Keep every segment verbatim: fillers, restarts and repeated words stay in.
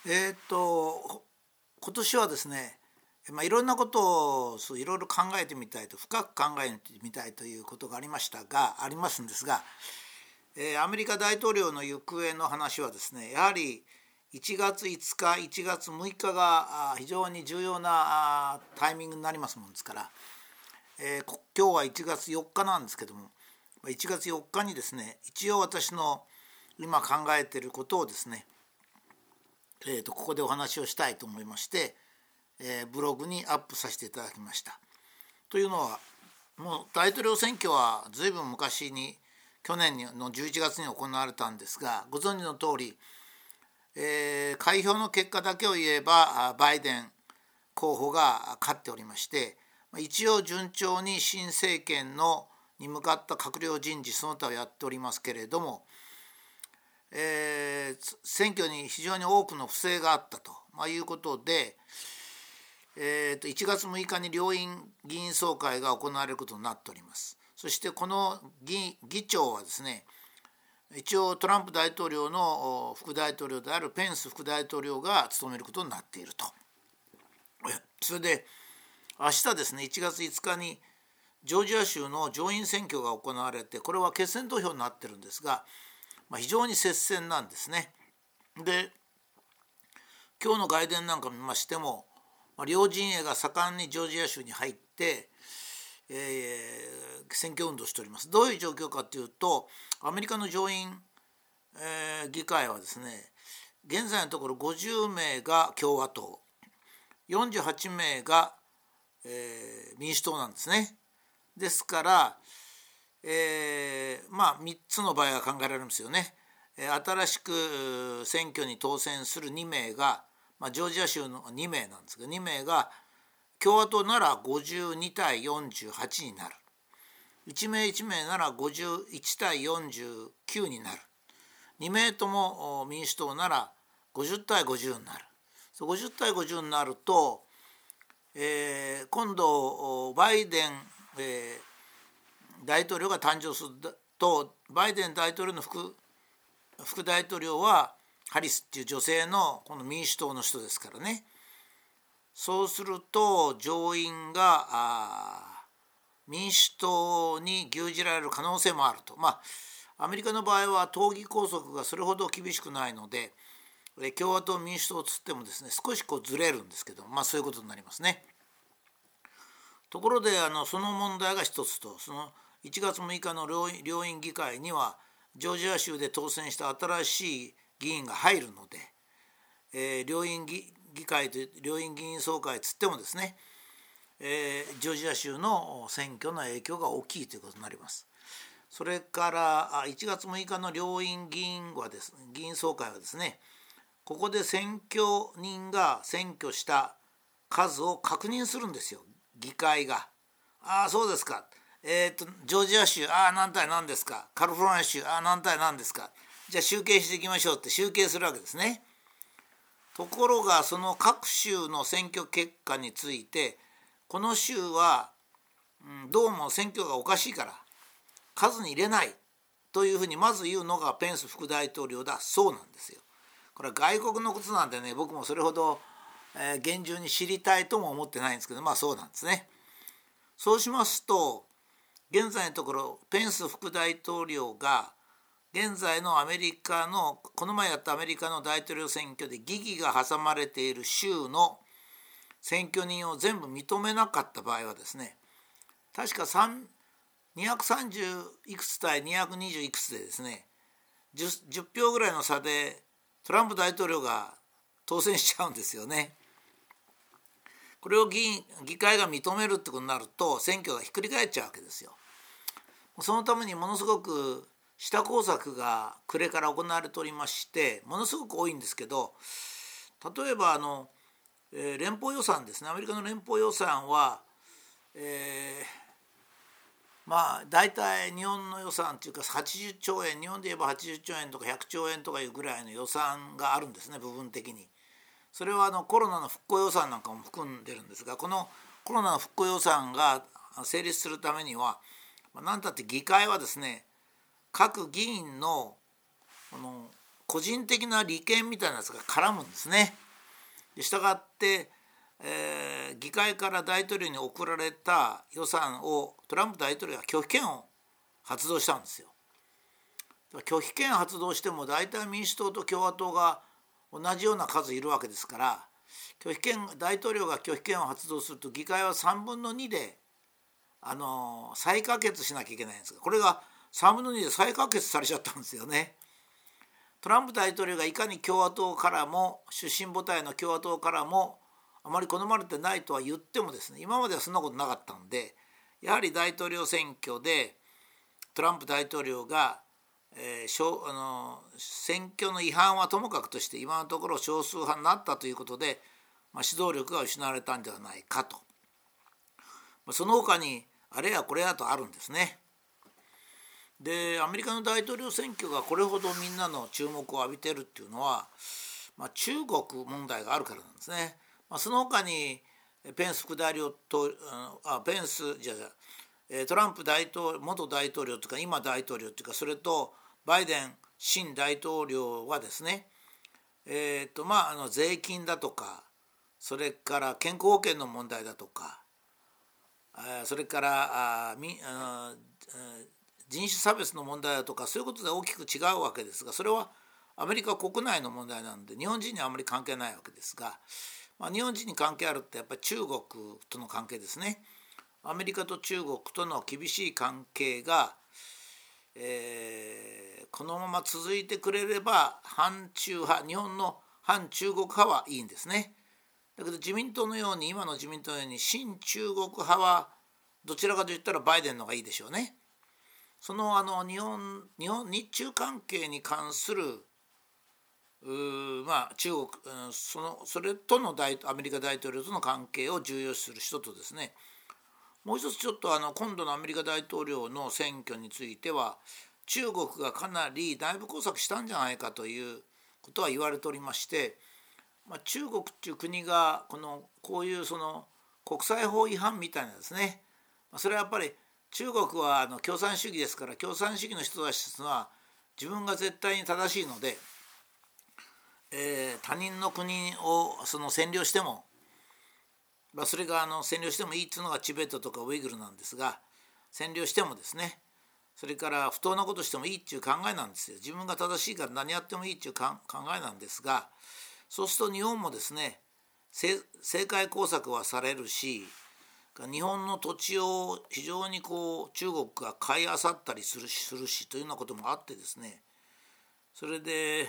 えーっと今年はですね、まあ、いろんなことをそういろいろ考えてみたいと深く考えてみたいということがありましたがありますんですが、えーアメリカ大統領の行方の話はですね、やはりいちがついつかいちがつむいかがあ非常に重要なあタイミングになりますもんですから、えーこ今日はいちがつよっかなんですけども、まあいちがつよっかにですね、一応私の今考えていることをですね、えーとここでお話をしたいと思いまして、えーブログにアップさせていただきました。というのは、もう大統領選挙はずいぶん昔に去年のじゅういちがつに行われたんですが、ご存知の通り、えー開票の結果だけを言えばバイデン候補が勝っておりまして、一応順調に新政権のに向かった閣僚人事その他をやっておりますけれども、えー選挙に非常に多くの不正があったと、まあ、いうことで、えーといちがつむいかに両院議員総会が行われることになっております。そしてこの 議, 議長はですね、一応トランプ大統領の副大統領であるペンス副大統領が務めることになっていると。それで明日ですね、いちがついつかにジョージア州の上院選挙が行われて、これは決選投票になってるんですが、まあ、非常に接戦なんですね。で、今日の外伝なんか見ましても、両陣営が盛んにジョージア州に入って、えー選挙運動をしております。どういう状況かというと、アメリカの上院、えー議会はですね、現在のところごじゅうめいが共和党、よんじゅうはちめいが、えー民主党なんですね。ですから、えーまあみっつの場合が考えられますよね。新しく選挙に当選するにめいが、まあ、ジョージア州のにめいなんですけど、にめいが共和党ならごじゅうにたいよんじゅうはちになる、いちめいいちめいならごじゅういちたいよんじゅうきゅうになる、にめいとも民主党ならごじゅうたいごじゅうになる。ごじゅうたいごじゅうになると、えー今度バイデン、えー大統領が誕生すると、バイデン大統領の 副, 副大統領はハリスっていう女性のこの民主党の人ですからね。そうすると上院が民主党に牛耳られる可能性もあると。まあアメリカの場合は党議拘束がそれほど厳しくないので、共和党民主党つってもですね、少しこうずれるんですけど、まあそういうことになりますね。ところであのその問題が一つと、そのいちがつむいかの両院議会にはジョージア州で当選した新しい議員が入るので、えー、両院 議, 議会と両院議員総会つってもですね、えー、ジョージア州の選挙の影響が大きいということになります。それからいちがつむいかの両院議員はです、ね、議員総会はですね、ここで選挙人が選挙した数を確認するんですよ、議会が。ああそうですか、えー、とジョージア州、ああ何対何ですか、カリフォルニア州、ああ何対何ですか、じゃあ集計していきましょうって集計するわけですね。ところがその各州の選挙結果について、この州は、うん、どうも選挙がおかしいから数に入れないというふうにまず言うのがペンス副大統領だそうなんですよ。これは外国のことなんでね、僕もそれほど、えー、厳重に知りたいとも思ってないんですけど、まあそうなんですね。そうしますと、現在のところペンス副大統領が現在のアメリカのこの前やったアメリカの大統領選挙で疑義が挟まれている州の選挙人を全部認めなかった場合はですね、確かにひゃくさんじゅういくつ対にひゃくにじゅういくつでですね、 10, じゅっぴょうぐらいの差でトランプ大統領が当選しちゃうんですよね。これを 議, 議会が認めるってことになると選挙がひっくり返っちゃうわけですよ。そのためにものすごく下工作が暮れから行われておりまして、ものすごく多いんですけど、例えばあの、えー、連邦予算ですね、アメリカの連邦予算は、えー、まあ大体日本の予算というかはちじゅっちょうえん、日本で言えばはちじゅっちょうえんとかひゃくちょうえんとかいうぐらいの予算があるんですね、部分的に。それはあのコロナの復興予算なんかも含んでるんですが、このコロナの復興予算が成立するためには、何たって議会はですね、各議員のこの個人的な利権みたいなやつが絡むんですね。でしたがって、えー、議会から大統領に送られた予算をトランプ大統領が拒否権を発動したんですよ。拒否権発動しても大体民主党と共和党が同じような数いるわけですから、拒否権大統領が拒否権を発動すると議会はさんぶんのにであの再可決しなきゃいけないんですが、これがさんぶんのにで再可決されちゃったんですよね。トランプ大統領がいかに共和党からも出身母体の共和党からもあまり好まれてないとは言ってもですね、今まではそんなことなかったんで、やはり大統領選挙でトランプ大統領が、えー、あの選挙の違反はともかくとして今のところ少数派になったということで、まあ、指導力が失われたんではないかと。その他にあれやこれやとあるんですね。でアメリカの大統領選挙がこれほどみんなの注目を浴びてるっていうのは、まあ、中国問題があるからなんですね。まあ、その他にペンス副大統領あペンスじゃあトランプ大統領元大統領というか今大統領というか、それとバイデン新大統領はですね、えーとまあ、あの税金だとか、それから健康保険の問題だとか、それからあみあ人種差別の問題だとか、そういうことで大きく違うわけですが、それはアメリカ国内の問題なので日本人にはあまり関係ないわけですが、まあ、日本人に関係あるってやっぱり中国との関係ですね。アメリカと中国との厳しい関係が、えー、このまま続いてくれれば反中派、日本の反中国派はいいんですね。だけど自民党のように今の自民党のように親中国派はどちらかといったらバイデンの方がいいでしょうね。そのあの日本日本日中関係に関するまあ中国そのそれとの大アメリカ大統領との関係を重要視する人とですね、もう一つちょっとあの今度のアメリカ大統領の選挙については中国がかなり内部工作したんじゃないかということは言われておりまして、まあ、中国っていう国がこのこういうその国際法違反みたいなですね、それはやっぱり中国はあの共産主義ですから、共産主義の人たちというのは自分が絶対に正しいので、えー、他人の国をその占領しても、まあ、それがあの占領してもいいっていうのがチベットとかウイグルなんですが、占領してもですね、それから不当なことしてもいいっていう考えなんですよ。自分が正しいから何やってもいいっていう考えなんですが、そうすると日本もですね、政界工作はされるし、日本の土地を非常にこう中国が買い漁ったりするしするしというようなこともあってですね、それで、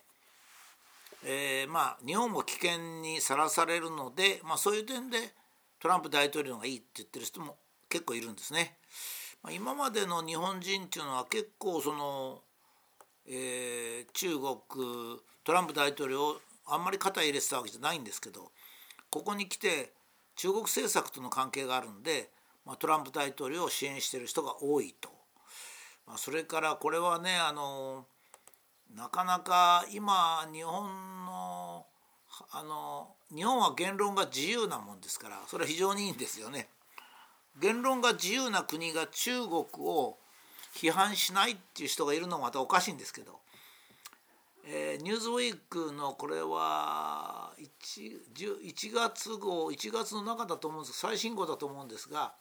えー、まあ日本も危険にさらされるので、まあ、そういう点でトランプ大統領がいいって言ってる人も結構いるんですね。まあ、今までの日本人っていうのは結構その、えー、中国トランプ大統領をあんまり肩入れてたわけじゃないんですけど、ここに来て中国政策との関係があるんで、まあ、トランプ大統領を支援している人が多いと。まあ、それからこれはね、あのなかなか今日本のあの日本は言論が自由なもんですから、それは非常にいいんですよね。言論が自由な国が中国を批判しないっていう人がいるのもまたおかしいんですけど、えー、ニューズウィークのこれは 1, いちがつ号いちがつの中だと思うんです、最新号だと思うんですが、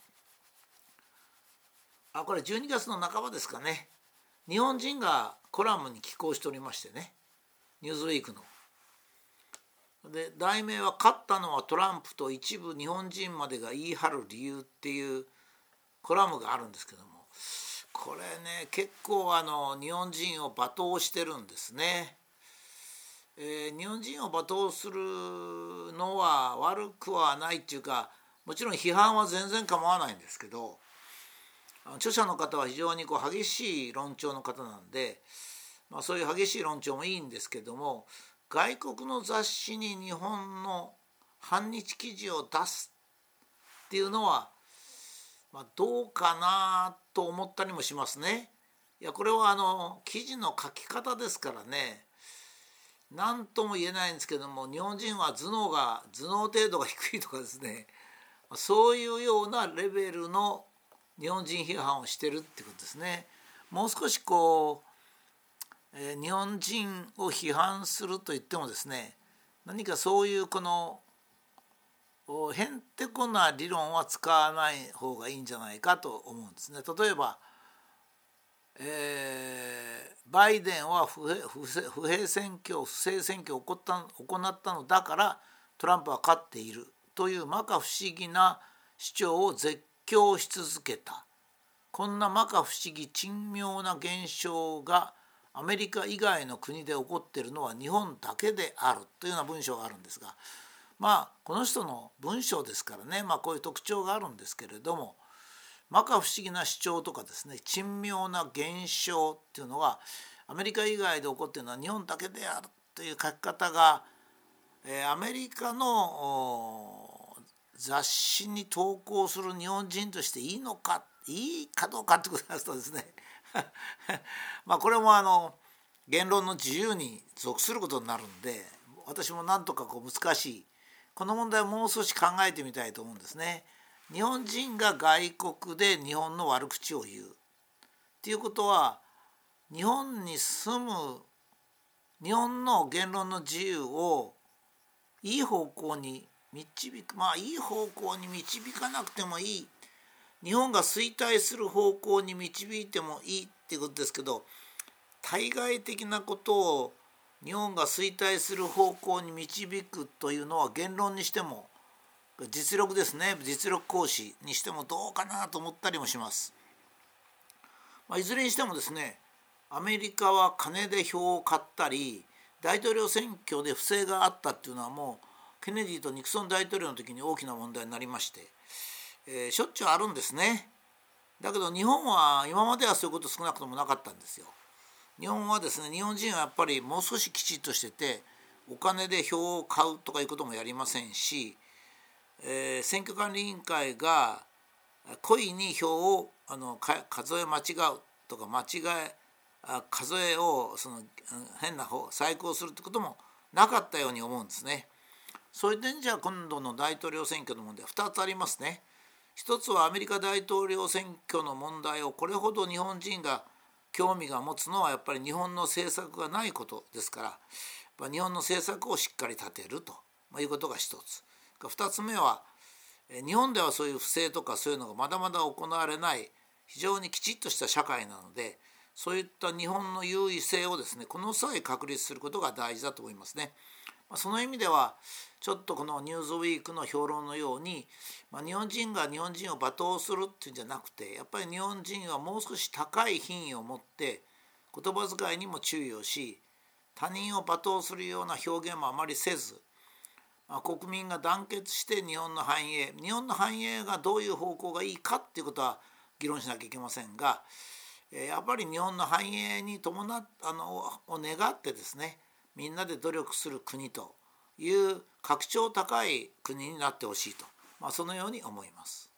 あこれじゅうにがつの半ばですかね、日本人がコラムに寄稿しておりましてね、ニューズウィークので題名は勝ったのはトランプと一部日本人までが言い張る理由っていうコラムがあるんですけども、これね結構あの日本人を罵倒してるんですね。えー、日本人を罵倒するのは悪くはないっていうか、もちろん批判は全然構わないんですけど、著者の方は非常にこう激しい論調の方なんで、まあ、そういう激しい論調もいいんですけども、外国の雑誌に日本の反日記事を出すっていうのは、まあ、どうかなと思ったりもしますね。いやこれはあの記事の書き方ですからね、何とも言えないんですけども、日本人は頭脳が頭脳程度が低いとかですね、そういうようなレベルの日本人批判をしてるってことですね。もう少しこえー、日本人を批判するといってもですね、何かそういうこのへんてこな理論は使わない方がいいんじゃないかと思うんですね。例えば、えー、バイデンは不平、不正、不平選挙不正選挙を行った、行ったのだからトランプは勝っているという摩訶不思議な主張を絶叫し続けた。こんな摩訶不思議珍妙な現象がアメリカ以外の国で起こっているのは日本だけであるというような文章があるんですが、まあこの人の文章ですからね、まあこういう特徴があるんですけれども、摩訶不思議な主張とかですね、珍妙な現象っていうのはアメリカ以外で起こっているのは日本だけであるという書き方が、えー、アメリカの雑誌に投稿する日本人としていいのかいいかどうかってことですとですねまあこれもあの言論の自由に属することになるんで、私もなんとかこう難しいこの問題をもう少し考えてみたいと思うんですね。日本人が外国で日本の悪口を言うっていうことは、日本に住む日本の言論の自由をいい方向に導く、まあいい方向に導かなくてもいい、日本が衰退する方向に導いてもいいっていうことですけど、対外的なことを日本が衰退する方向に導くというのは言論にしても実力ですね、実力行使にしてもどうかなと思ったりもします。まあ、いずれにしてもですね、アメリカは金で票を買ったり大統領選挙で不正があったっていうのはもうケネディとニクソン大統領の時に大きな問題になりまして、えー、しょっちゅうあるんですね。だけど日本は今まではそういうこと少なくともなかったんですよ。日本はですね、日本人はやっぱりもう少しきちっとしてて、お金で票を買うとかいうこともやりませんし、えー、選挙管理委員会が故意に票をあの数え間違うとか間違え数えをその変な方再考するってこともなかったように思うんですね。そういう点じゃ今度の大統領選挙の問題はふたつありますね。一つはアメリカ大統領選挙の問題をこれほど日本人が興味が持つのはやっぱり日本の政策がないことですから、日本の政策をしっかり立てるということが一つ。二つ目は日本ではそういう不正とかそういうのがまだまだ行われない非常にきちっとした社会なので、そういった日本の優位性をですね、この際確立することが大事だと思いますね。その意味ではちょっとこのニューズウィークの評論のように、まあ、日本人が日本人を罵倒するっていうんじゃなくて、やっぱり日本人はもう少し高い品位を持って言葉遣いにも注意をし、他人を罵倒するような表現もあまりせず、まあ、国民が団結して日本の繁栄日本の繁栄がどういう方向がいいかっていうことは議論しなきゃいけませんが、やっぱり日本の繁栄に伴っあのを願ってですね、みんなで努力する国という格調高い国になってほしいと、まあ、そのように思います。